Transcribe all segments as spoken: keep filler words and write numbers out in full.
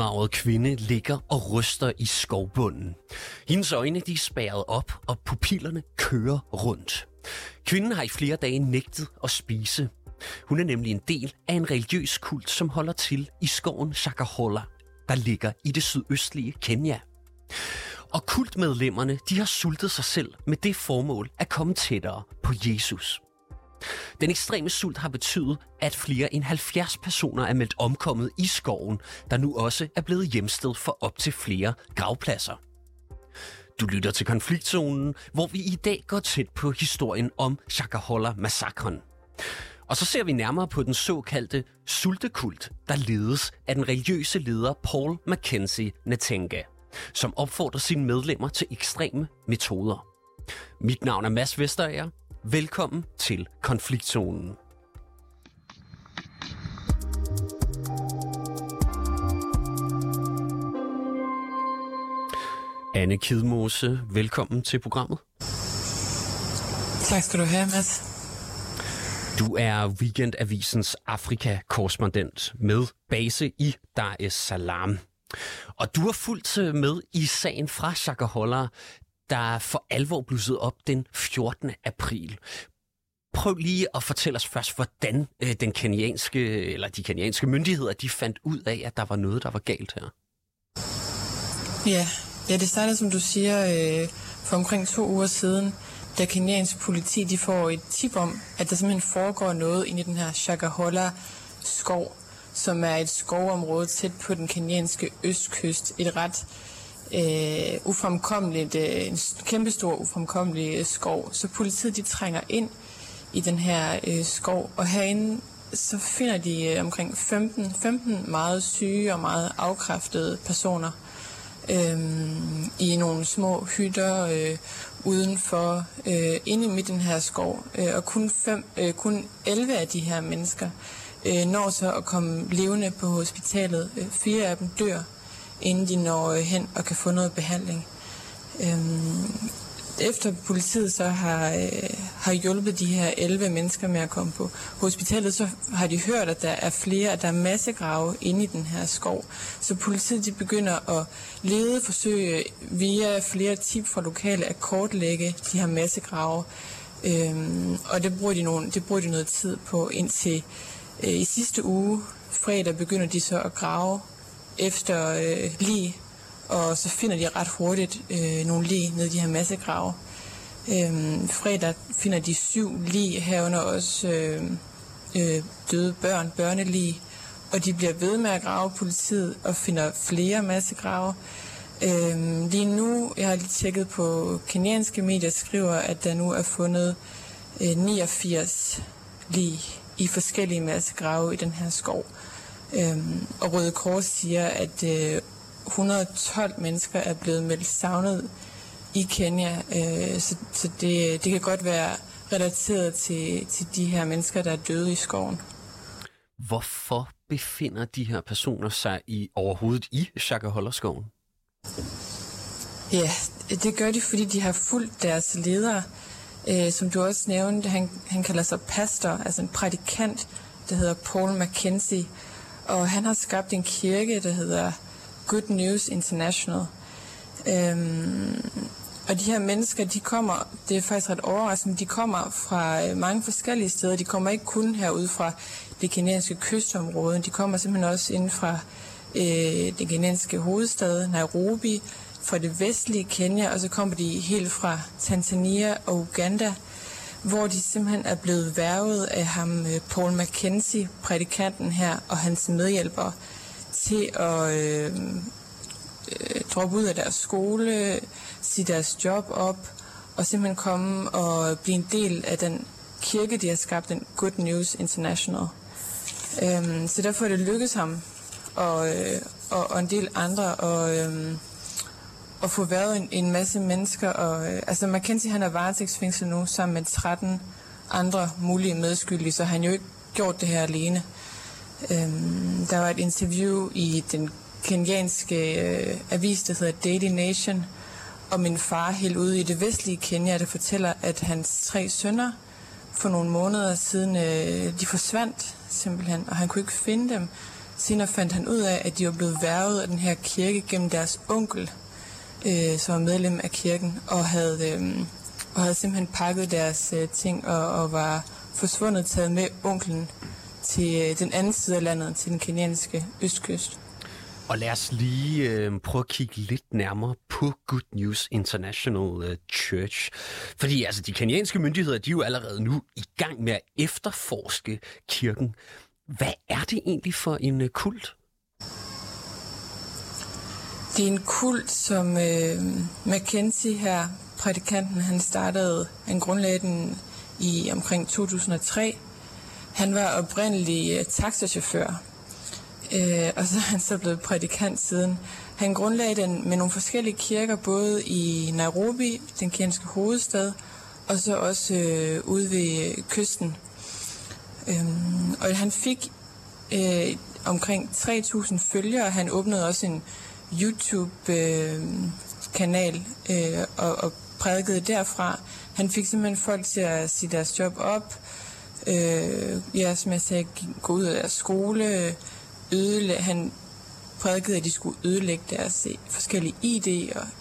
hvidmaget kvinde ligger og ryster i skovbunden. Hendes øjne de er spærret op, og pupillerne kører rundt. Kvinden har i flere dage nægtet at spise. Hun er nemlig en del af en religiøs kult, som holder til i skoven Shakahola, der ligger i det sydøstlige Kenya. Og kultmedlemmerne de har sultet sig selv med det formål at komme tættere på Jesus. Den ekstreme sult har betydet, at flere end halvfjerds personer er meldt omkommet i skoven, der nu også er blevet hjemsted for op til flere gravpladser. Du lytter til Konfliktzonen, hvor vi i dag går tæt på historien om Shakahola-massakren. Og så ser vi nærmere på den såkaldte sultekult, der ledes af den religiøse leder Paul Mackenzie Ntenga, som opfordrer sine medlemmer til ekstreme metoder. Mit navn er Mads Vesterager. Velkommen til Konfliktzonen. Anne Kidmose, velkommen til programmet. Tak skal du have, Mads. Du er Weekendavisens Afrika-korrespondent med base i Dar es Salaam. Og du har fulgt med i sagen fra Shakahola, der for alvor blussede op den fjortende april. Prøv lige at fortælle os først, hvordan øh, den kenyanske, eller de kenyanske myndigheder de fandt ud af, at der var noget, der var galt her. Ja, ja det startede, som du siger, øh, for omkring to uger siden, da kenyansk politi de får et tip om, at der simpelthen foregår noget inde i den her Shakahola-skov, som er et skovområde tæt på den kenyanske østkyst. Et ret øh, ufremkommeligt, øh, en kæmpestor ufremkommelig skov. Så politiet de trænger ind i den her øh, skov, og herinde så finder de øh, omkring femten, femten meget syge og meget afkræftede personer øh, i nogle små hytter øh, udenfor, øh, inde midt i den her skov. Øh, og kun, fem, øh, kun elleve af de her mennesker øh, når så at komme levende på hospitalet. Øh, fire af dem dør, inden de når øh, hen og kan få noget behandling. Øh, Efter politiet så har, øh, har hjulpet de her elleve mennesker med at komme på hospitalet, så har de hørt, at der er flere, at der er massegrave inde i den her skov. Så politiet de begynder at lede forsøge via flere tip fra lokale at kortlægge de her massegrave. Øhm, og det bruger, de nogle, det bruger de noget tid på indtil øh, i sidste uge, fredag, begynder de så at grave efter øh, lig. Og så finder de ret hurtigt øh, nogle lig nede i de her massegrave. Øhm, fredag finder de syv lig, herunder også øh, øh, døde børn, børnelig. Og de bliver ved med at grave politiet og finder flere massegrave. Øhm, lige nu, jeg har lige tjekket på kenyanske medier, skriver, at der nu er fundet øh, niogfirs lig i forskellige massegrave i den her skov. Øhm, og Røde Kors siger, at øh, et hundrede og tolv mennesker er blevet meldt savnet i Kenya, øh, så, så det, det kan godt være relateret til, til de her mennesker, der er døde i skoven. Hvorfor befinder de her personer sig i overhovedet i Shakahola-skoven? Ja, det gør de, fordi de har fulgt deres ledere. Øh, som du også nævnte, han, han kalder sig pastor, altså en prædikant, der hedder Paul Mackenzie. Og han har skabt en kirke, der hedder Good News International. Øhm, og de her mennesker, de kommer, det er faktisk ret overraskende, de kommer fra mange forskellige steder. De kommer ikke kun herude fra det kenyanske kystområde, de kommer simpelthen også inden fra øh, det kenyanske hovedstad, Nairobi, fra det vestlige Kenya, og så kommer de helt fra Tanzania og Uganda, hvor de simpelthen er blevet hvervet af ham, Paul Mackenzie, prædikanten her, og hans medhjælpere, til at øh, øh, droppe ud af deres skole, sige deres job op, og simpelthen komme og blive en del af den kirke, de har skabt, den Good News International. Øhm, så derfor er det lykkedes ham, og, øh, og, og en del andre, og, øh, at få været en, en masse mennesker. Og, øh, altså Mackenzie, han er varetægtsfængslet nu, sammen med tretten andre mulige medskyldige, så han jo ikke gjort det her alene. Øhm, der var et interview i den kenyanske øh, avis, der hedder Daily Nation, om en far helt ude i det vestlige Kenya, der fortæller, at hans tre sønner for nogle måneder siden, øh, de forsvandt simpelthen, og han kunne ikke finde dem. Senere fandt han ud af, at de var blevet hvervet af den her kirke gennem deres onkel, øh, som var medlem af kirken, og havde, øh, og havde simpelthen pakket deres øh, ting og, og var forsvundet, taget med onklen til øh, den anden side af landet, til den kenyanske østkyst. Og lad os lige øh, prøve at kigge lidt nærmere på Good News International øh, Church. Fordi altså, de kenyanske myndigheder, de er jo allerede nu i gang med at efterforske kirken. Hvad er det egentlig for en øh, kult? Det er en kult, som øh, Mackenzie her, prædikanten, han startede, han grundlagde den i omkring to tusind og tre. Han var oprindelig øh, taxachauffør. Øh, og så er han så blevet prædikant siden. Han grundlagde den med nogle forskellige kirker, både i Nairobi, den kenyanske hovedstad, og så også øh, ude ved kysten. Øhm, og han fik øh, omkring tre tusind følgere. Han åbnede også en YouTube-kanal øh, øh, og, og prædikede derfra. Han fik simpelthen folk til at sige deres job op. Øh, ja, som jeg sagde, gå ud af deres skole. Ødelæg, han prædikede, at de skulle ødelægge deres forskellige I D- og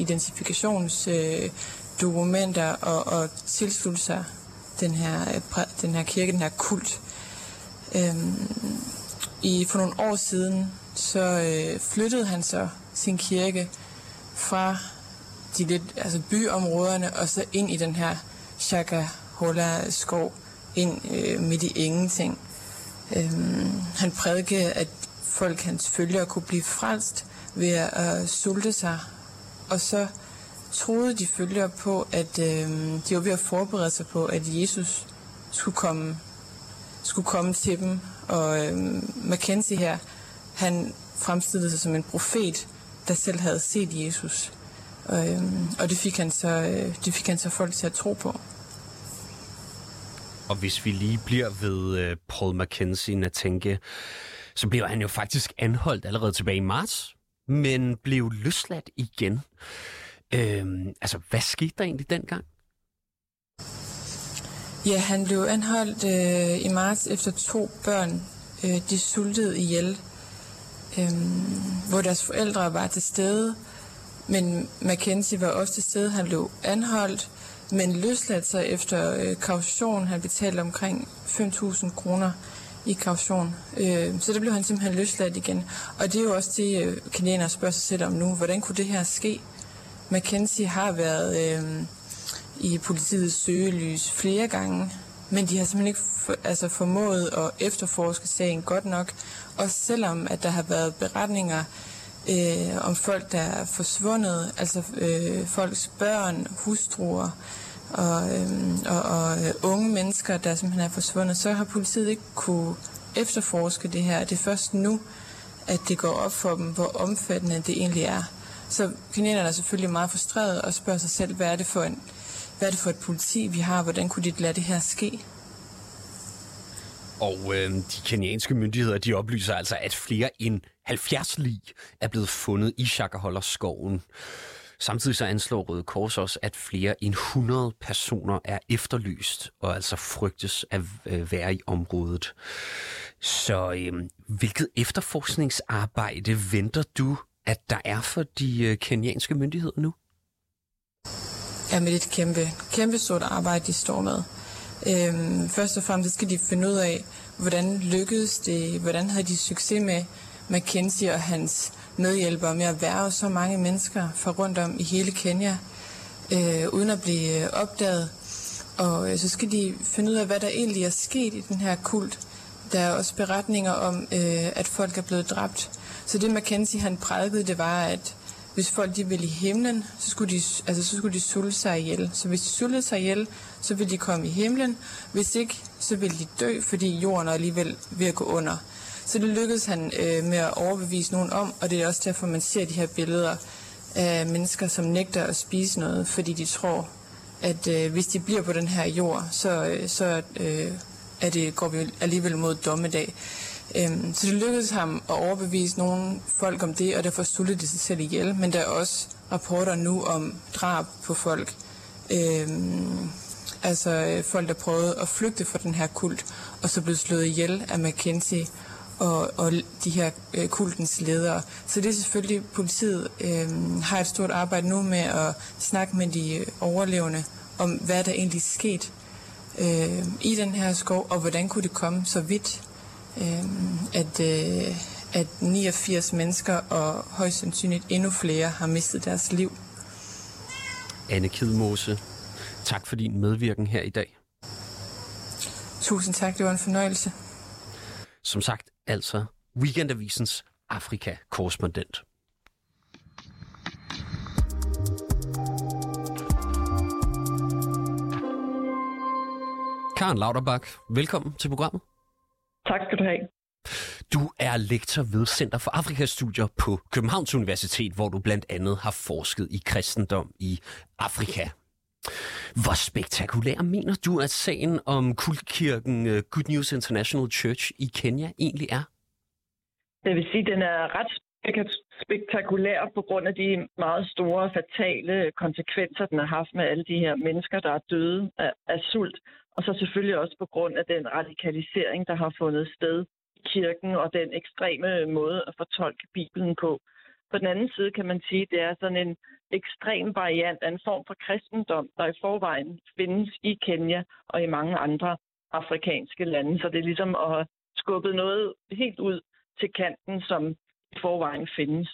identifikationsdokumenter øh, og, og tilslutte sig den her, den her kirke, den her kult. Øhm, i, for nogle år siden, så øh, flyttede han så sin kirke fra de lidt, altså byområderne og så ind i den her Shakahola-skov, ind øh, midt i ingenting. Øhm, han prædikede, at folk, hans følgere, kunne blive frelst ved at uh, sulte sig. Og så troede de følgere på, at øhm, de var ved at forberede sig på, at Jesus skulle komme, skulle komme til dem. Og øhm, Mackenzie her, han fremstillede sig som en profet, der selv havde set Jesus. Og, øhm, og det, fik han så, øh, det fik han så folk til at tro på. Og hvis vi lige bliver ved øh, Paul Mackenzie Natenge, så blev han jo faktisk anholdt allerede tilbage i marts, men blev løsladt igen. Øhm, altså, hvad skete der egentlig dengang? Ja, han blev anholdt øh, i marts efter to børn, øh, de sultede ihjel, øh, hvor deres forældre var til stede, men Mackenzie var også til stede. Han blev anholdt, men løsladt sig efter øh, kaution. Han betalte omkring fem tusind kroner i kaution. Øh, så der blev han simpelthen løsladt igen. Og det er jo også det, øh, kenyanere spørger sig selv om nu. Hvordan kunne det her ske? Mackenzie har været øh, i politiets søgelys flere gange, men de har simpelthen ikke for, altså formået at efterforske sagen godt nok. Også selvom at der har været beretninger øh, om folk, der er forsvundet, altså øh, folks børn, hustruer og, øh, og, og øh, unge mennesker, der simpelthen er forsvundet, så har politiet ikke kunne efterforske det her. Det er først nu, at det går op for dem, hvor omfattende det egentlig er. Så kenyanerne er selvfølgelig meget frustreret og spørger sig selv, hvad er det for en, hvad er det for et politi, vi har? Hvordan kunne de lade det her ske? Og øh, de kenyanske myndigheder, de oplyser altså, at flere end halvfjerds lig er blevet fundet i Shakahola-skoven. Samtidig så anslår Røde Kors også, at flere end hundrede personer er efterlyst og altså frygtes at være i området. Så øh, hvilket efterforskningsarbejde venter du, at der er for de øh, kenyanske myndigheder nu? Ja, med et kæmpe, kæmpe stort arbejde, de står med. Øhm, først og fremmest skal de finde ud af, hvordan lykkedes det, hvordan havde de succes med Mackenzie og hans medhjælpere med at værve så mange mennesker fra rundt om i hele Kenya, øh, uden at blive opdaget. Og øh, så skal de finde ud af, hvad der egentlig er sket i den her kult. Der er også beretninger om, øh, at folk er blevet dræbt. Så det Mackenzie han prædikede, det var, at hvis folk de ville i himlen, så skulle de, altså, så skulle de sulte sig ihjel. Så hvis de sultede sig ihjel, så ville de komme i himlen. Hvis ikke, så ville de dø, fordi jorden er alligevel ved at gå under. Så det lykkedes han øh, med at overbevise nogen om, og det er også derfor, man ser de her billeder af mennesker, som nægter at spise noget, fordi de tror, at øh, hvis de bliver på den her jord, så, øh, så øh, er det, går vi alligevel mod dommedag. Øhm, så det lykkedes ham at overbevise nogle folk om det, og derfor sultede de sig selv ihjel. Men der er også rapporter nu om drab på folk. Øhm, altså folk, der prøvede at flygte fra den her kult, og så blev slået ihjel af Mackenzie og, og de her øh, kultens ledere. Så det er selvfølgelig, politiet øh, har et stort arbejde nu med at snakke med de overlevende om, hvad der egentlig er sket øh, i den her skov, og hvordan kunne det komme så vidt, øh, at, øh, at niogfirs mennesker og højst sandsynligt endnu flere har mistet deres liv. Anne Kidmose, tak for din medvirken her i dag. Tusind tak, det var en fornøjelse. Som sagt, altså Weekendavisens Afrika-korrespondent. Karen Lauterbach, velkommen til programmet. Tak skal du have. Du er lektor ved Center for Afrikastudier på Københavns Universitet, hvor du blandt andet har forsket i kristendom i Afrika. Hvor spektakulær mener du, at sagen om kultkirken Good News International Church i Kenya egentlig er? Det vil sige, at den er ret spektakulær på grund af de meget store, fatale konsekvenser, den har haft med alle de her mennesker, der er døde af, af sult. Og så selvfølgelig også på grund af den radikalisering, der har fundet sted i kirken, og den ekstreme måde at fortolke Bibelen på. På den anden side kan man sige, at det er sådan en ekstrem variant af en form for kristendom, der i forvejen findes i Kenya og i mange andre afrikanske lande. Så det er ligesom at have skubbet noget helt ud til kanten, som i forvejen findes.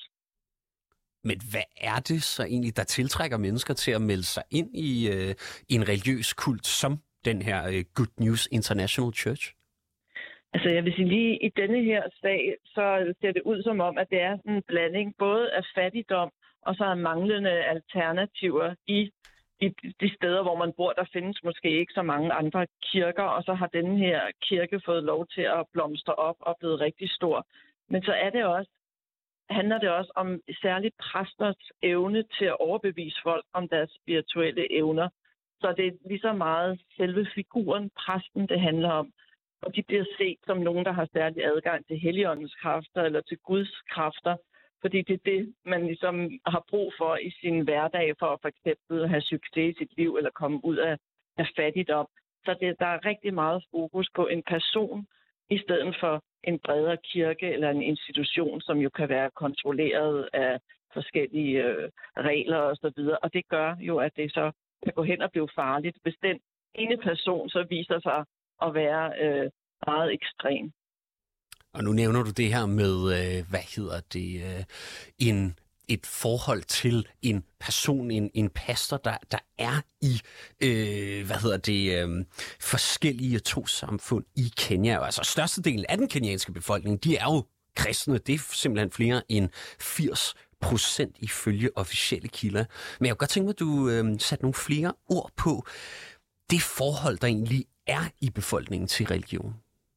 Men hvad er det så egentlig, der tiltrækker mennesker til at melde sig ind i, øh, i en religiøs kult som den her øh, Good News International Church? Altså jeg vil sige, lige i denne her sag, så ser det ud som om, at det er sådan en blanding både af fattigdom og så af manglende alternativer i, i de steder, hvor man bor. Der findes måske ikke så mange andre kirker, og så har denne her kirke fået lov til at blomstre op og blevet rigtig stor. Men så er det også, handler det også om særligt præsters evne til at overbevise folk om deres spirituelle evner. Så det er lige så meget selve figuren, præsten, det handler om. Og de bliver set som nogen, der har særlig adgang til Helligåndens kræfter eller til Guds kræfter. Fordi det er det, man ligesom har brug for i sin hverdag for at for eksempel have succes i sit liv eller komme ud af, af fattigdom. Så det, der er rigtig meget fokus på en person i stedet for en bredere kirke eller en institution, som jo kan være kontrolleret af forskellige øh, regler osv. Og, og det gør jo, at det så kan gå hen og blive farligt, hvis den ene person så viser sig at være øh, meget ekstrem. Og nu nævner du det her med, øh, hvad hedder det, øh, en, et forhold til en person, en, en pastor, der, der er i, øh, hvad hedder det, øh, forskellige trossamfund i Kenya. Altså størstedelen af den kenyanske befolkning, de er jo kristne. Det er simpelthen flere end firs procent ifølge officielle kilder. Men jeg kunne godt tænke mig, at du øh, satte nogle flere ord på det forhold, der egentlig er i befolkningen til religion.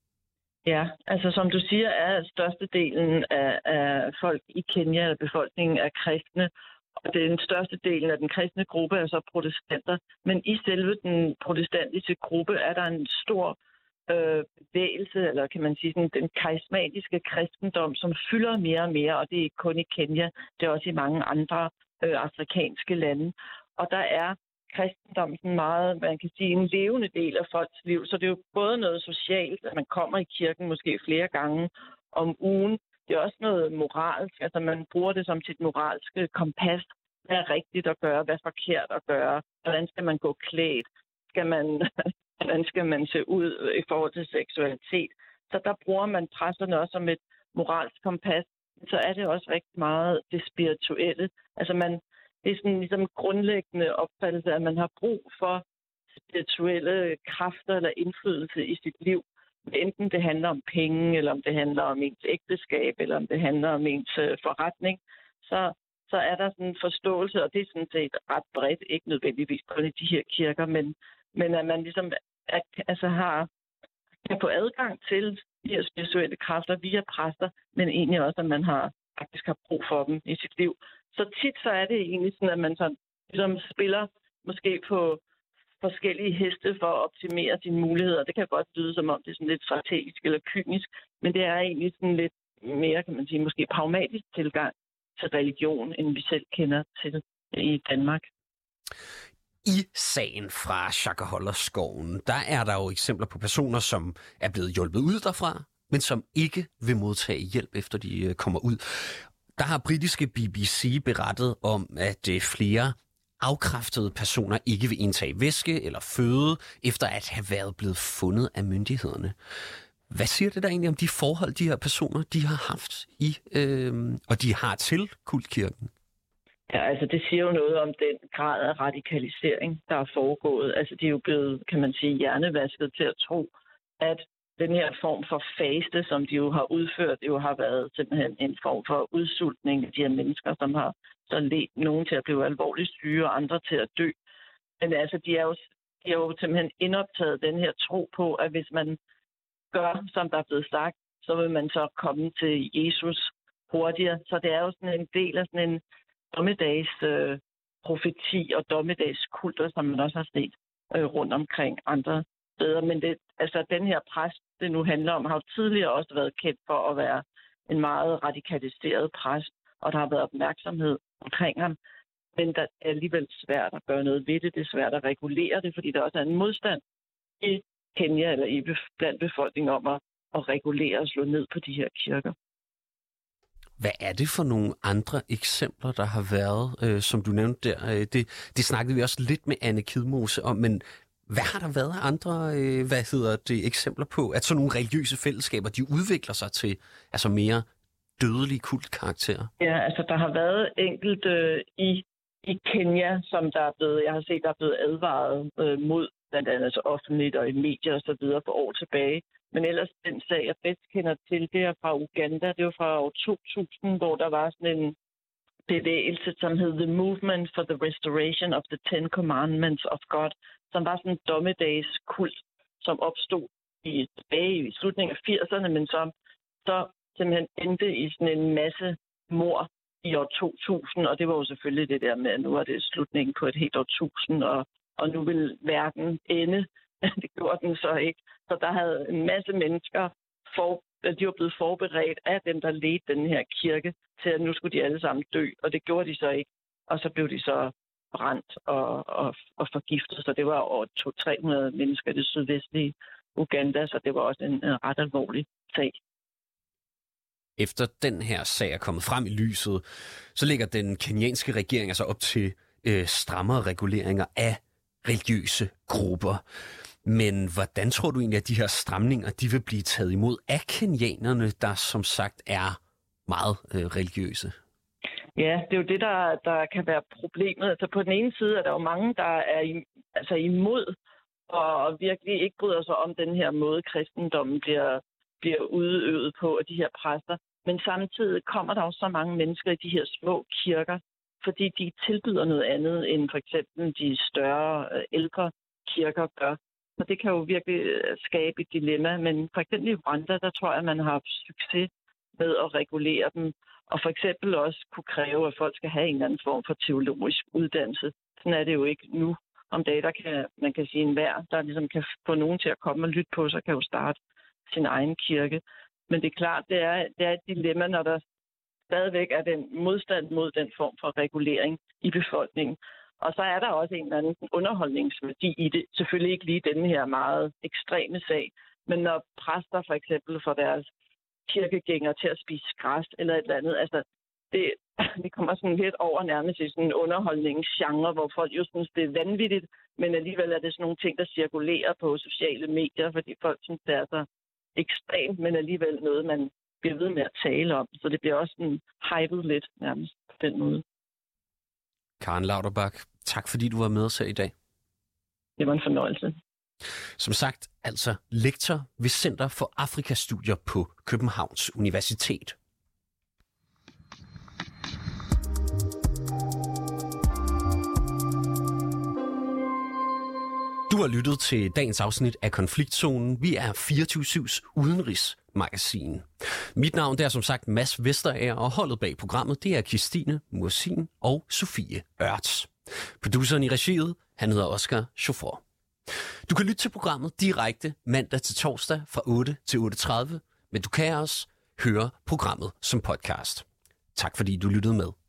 Ja, altså som du siger, er størstedelen af, af folk i Kenya, eller befolkningen, er kristne. Og den største delen af den kristne gruppe er så protestanter. Men i selve den protestantiske gruppe er der en stor øh, bevægelse, eller kan man sige sådan, den karismatiske kristendom, som fylder mere og mere. Og det er ikke kun i Kenya, det er også i mange andre øh, afrikanske lande. Og der er kristendom sådan meget, man kan sige, en levende del af folks liv. Så det er jo både noget socialt, at man kommer i kirken måske flere gange om ugen. Det er også noget moralsk, altså man bruger det som sit moralske kompas. Hvad er rigtigt at gøre? Hvad er forkert at gøre? Hvordan skal man gå klædt? Skal man, hvordan skal man se ud i forhold til seksualitet? Så der bruger man præsterne også som et moralsk kompas. Så er det også rigtig meget det spirituelle. Altså man Det er sådan ligesom grundlæggende opfattelse, at man har brug for spirituelle kræfter eller indflydelse i sit liv. Enten det handler om penge, eller om det handler om ens ægteskab, eller om det handler om ens forretning, så, så er der sådan en forståelse, og det er sådan set ret bredt, ikke nødvendigvis kun i de her kirker, men, men at man ligesom er, altså har, kan få adgang til de her spirituelle kræfter via præster, men egentlig også, at man har faktisk har brug for dem i sit liv. Så tit så er det egentlig sådan, at man sådan, ligesom spiller måske på forskellige heste for at optimere sine muligheder. Det kan godt lyde som om det er sådan lidt strategisk eller kynisk, men det er egentlig sådan lidt mere, kan man sige, måske pragmatisk tilgang til religion, end vi selv kender til i Danmark. I sagen fra Shakahola-skoven, der er der jo eksempler på personer, som er blevet hjulpet ud derfra, men som ikke vil modtage hjælp, efter de kommer ud. Der har britiske B B C berettet om, at flere afkræftede personer ikke vil indtage væske eller føde, efter at have været blevet fundet af myndighederne. Hvad siger det der egentlig om de forhold, de her personer de har haft i, øh, og de har til kultkirken? Ja, altså det siger jo noget om den grad af radikalisering, der er foregået. Altså de er jo blevet, kan man sige, hjernevasket til at tro, at den her form for faste, som de jo har udført, jo har været simpelthen en form for udsultning af de her mennesker, som har så ledt nogen til at blive alvorligt syge og andre til at dø. Men altså, de er jo, de er jo simpelthen indoptaget den her tro på, at hvis man gør, som der er blevet sagt, så vil man så komme til Jesus hurtigere. Så det er jo sådan en del af sådan en dommedags øh, profeti og dommedagskulter, som man også har set øh, rundt omkring andre steder. Men det, altså, den her præst, det nu handler om, har jo tidligere også været kendt for at være en meget radikaliseret præst, og der har været opmærksomhed omkring ham. Men der er alligevel svært at gøre noget ved det. Det er svært at regulere det, fordi der også er en modstand i Kenya eller i blandt befolkningen om at, at regulere og slå ned på de her kirker. Hvad er det for nogle andre eksempler, der har været, øh, som du nævnte der? Øh, det, det snakkede vi også lidt med Anne Kidmose om, men hvad har der været af andre øh, hvad hedder det, eksempler på, at sådan nogle religiøse fællesskaber, de udvikler sig til altså mere dødelige kultkarakterer? Ja, altså der har været enkelte øh, i, i Kenya, som der er blevet, jeg har set, der er blevet advaret øh, mod, blandt andet altså offentligt og i medier og så videre for år tilbage. Men ellers den sag, jeg bedst kender til, det er fra Uganda. Det var fra år to tusind, hvor der var sådan en bevægelse, som hed The Movement for the Restoration of the Ten Commandments of God, som var sådan en dommedagskult, som opstod i, tilbage i slutningen af firserne, men som så simpelthen endte i sådan en masse mord i år to tusind, og det var jo selvfølgelig det der med, at nu er det slutningen på et helt år tusind, og, og nu vil verden ende. Det gjorde den så ikke. Så der havde en masse mennesker, for, de var blevet forberedt af dem, der ledte den her kirke, til at nu skulle de alle sammen dø, og det gjorde de så ikke. Og så blev de så brændt og, og, og forgiftet, så det var over to til tre hundrede mennesker i det sydvestlige Uganda, så det var også en, en ret alvorlig sag. Efter den her sag er kommet frem i lyset, så lægger den kenyanske regering altså op til øh, strammere reguleringer af religiøse grupper. Men hvordan tror du egentlig, at de her stramninger de vil blive taget imod af kenyanerne, der som sagt er meget øh, religiøse? Ja, det er jo det, der, der kan være problemet. Altså på den ene side er der jo mange, der er i, altså imod og virkelig ikke bryder sig om den her måde, kristendommen bliver, bliver udøvet på af de her præster. Men samtidig kommer der jo så mange mennesker i de her små kirker, fordi de tilbyder noget andet, end for eksempel de større ældre kirker gør. Så det kan jo virkelig skabe et dilemma. Men for eksempel i Rwanda, der tror jeg, at man har haft succes med at regulere dem. Og for eksempel også kunne kræve, at folk skal have en eller anden form for teologisk uddannelse. Sådan er det jo ikke nu. Om dage, der kan man kan sige enhver, der ligesom kan få nogen til at komme og lytte på, så kan jo starte sin egen kirke. Men det er klart, det er, det er et dilemma, når der stadigvæk er den modstand mod den form for regulering i befolkningen. Og så er der også en eller anden underholdningsværdi i det. Selvfølgelig ikke lige denne her meget ekstreme sag, men når præster for eksempel får deres kirkegængere til at spise græs eller et eller andet, altså det, det kommer sådan lidt over nærmest i sådan en underholdningsgenre, hvor folk jo synes, det er vanvittigt, men alligevel er det sådan nogle ting, der cirkulerer på sociale medier, fordi folk synes, det er så ekstremt, men alligevel noget, man bliver ved med at tale om. Så det bliver også sådan hypet lidt nærmest på den måde. Karen Lauterbach, tak fordi du var med os her i dag. Det var en fornøjelse. Som sagt, altså lektor ved Center for Afrikastudier på Københavns Universitet. Du har lyttet til dagens afsnit af Konfliktzonen. Vi er fireogtyve syvs udenrigsmagasin. Mit navn det er som sagt Mads Vesterager, og holdet bag programmet det er Christine Mursin og Sofie Ørts. Produceren i regiet, han hedder Oscar Chauffeur. Du kan lytte til programmet direkte mandag til torsdag fra otte til otte tredive, men du kan også høre programmet som podcast. Tak fordi du lyttede med.